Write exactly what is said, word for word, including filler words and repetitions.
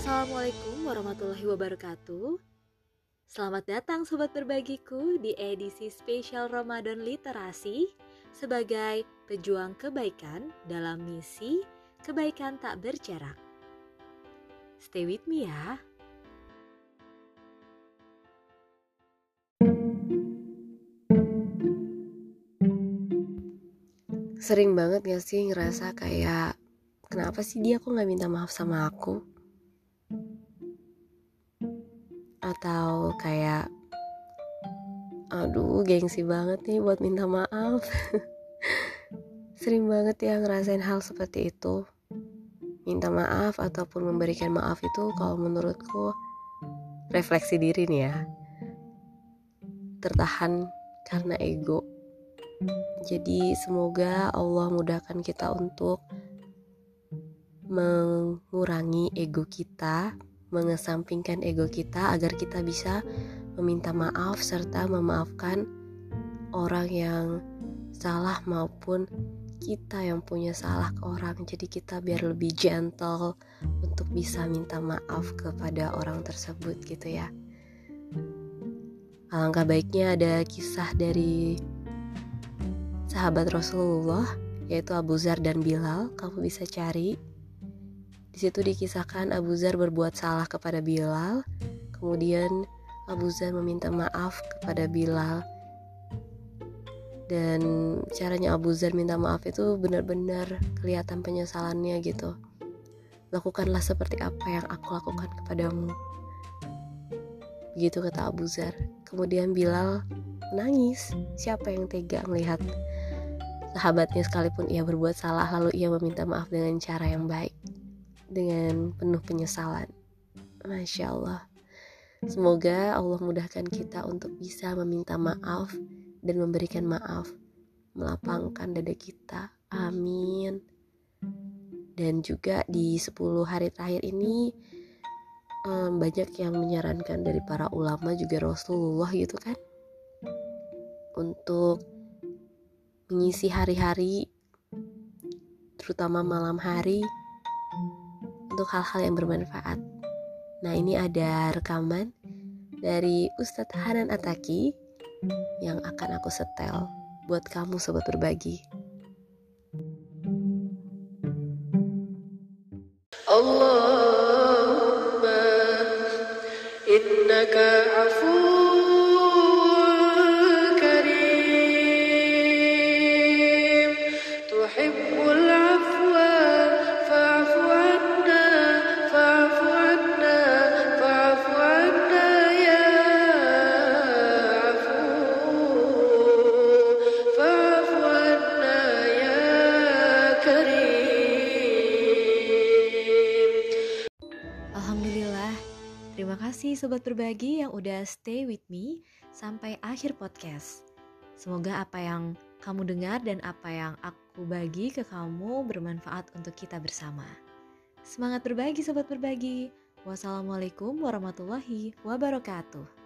Assalamualaikum warahmatullahi wabarakatuh. Selamat datang Sobat Berbagiku di edisi spesial Ramadan Literasi sebagai pejuang kebaikan dalam misi kebaikan tak berjarak. Stay with me ya. Sering banget gak sih ngerasa kayak kenapa sih dia kok gak minta maaf sama aku? Atau kayak aduh gengsi banget nih buat minta maaf. Sering banget ya ngerasain hal seperti itu. Minta maaf ataupun memberikan maaf itu kalau menurutku refleksi diri nih ya, tertahan karena ego. Jadi semoga Allah mudahkan kita untuk mengurangi ego kita, mengesampingkan ego kita agar kita bisa meminta maaf serta memaafkan orang yang salah maupun kita yang punya salah ke orang. Jadi kita biar lebih gentle untuk bisa minta maaf kepada orang tersebut gitu ya. Alangkah baiknya ada kisah dari sahabat Rasulullah yaitu Abu Dzar dan Bilal. Kamu bisa cari. Di situ dikisahkan Abu Dzar berbuat salah kepada Bilal. Kemudian Abu Dzar meminta maaf kepada Bilal. Dan caranya Abu Dzar minta maaf itu benar-benar kelihatan penyesalannya gitu. Lakukanlah seperti apa yang aku lakukan kepadamu. Begitu kata Abu Dzar. Kemudian Bilal menangis. Siapa yang tega melihat sahabatnya sekalipun ia berbuat salah lalu ia meminta maaf dengan cara yang baik, dengan penuh penyesalan. Masya Allah. Semoga Allah mudahkan kita untuk bisa meminta maaf dan memberikan maaf, melapangkan dada kita. Amin. Dan juga di sepuluh hari terakhir ini um, banyak yang menyarankan dari para ulama juga Rasulullah gitu kan, untuk mengisi hari-hari terutama malam hari untuk hal-hal yang bermanfaat. Nah, ini ada rekaman dari Ustadz Hanan Ataki yang akan aku setel buat kamu Sobat Berbagi. Allahumma innaka afuwwun karim tuhibbul afwa fa'fu anna fa'fu anna fa'fu anna ya afu fa'fu anna ya karim. Alhamdulillah, terima kasih Sobat Berbagi yang udah stay with me sampai akhir podcast. Semoga apa yang kamu dengar dan apa yang aku bagi ke kamu bermanfaat untuk kita bersama. Semangat berbagi Sobat Berbagi. Wassalamualaikum warahmatullahi wabarakatuh.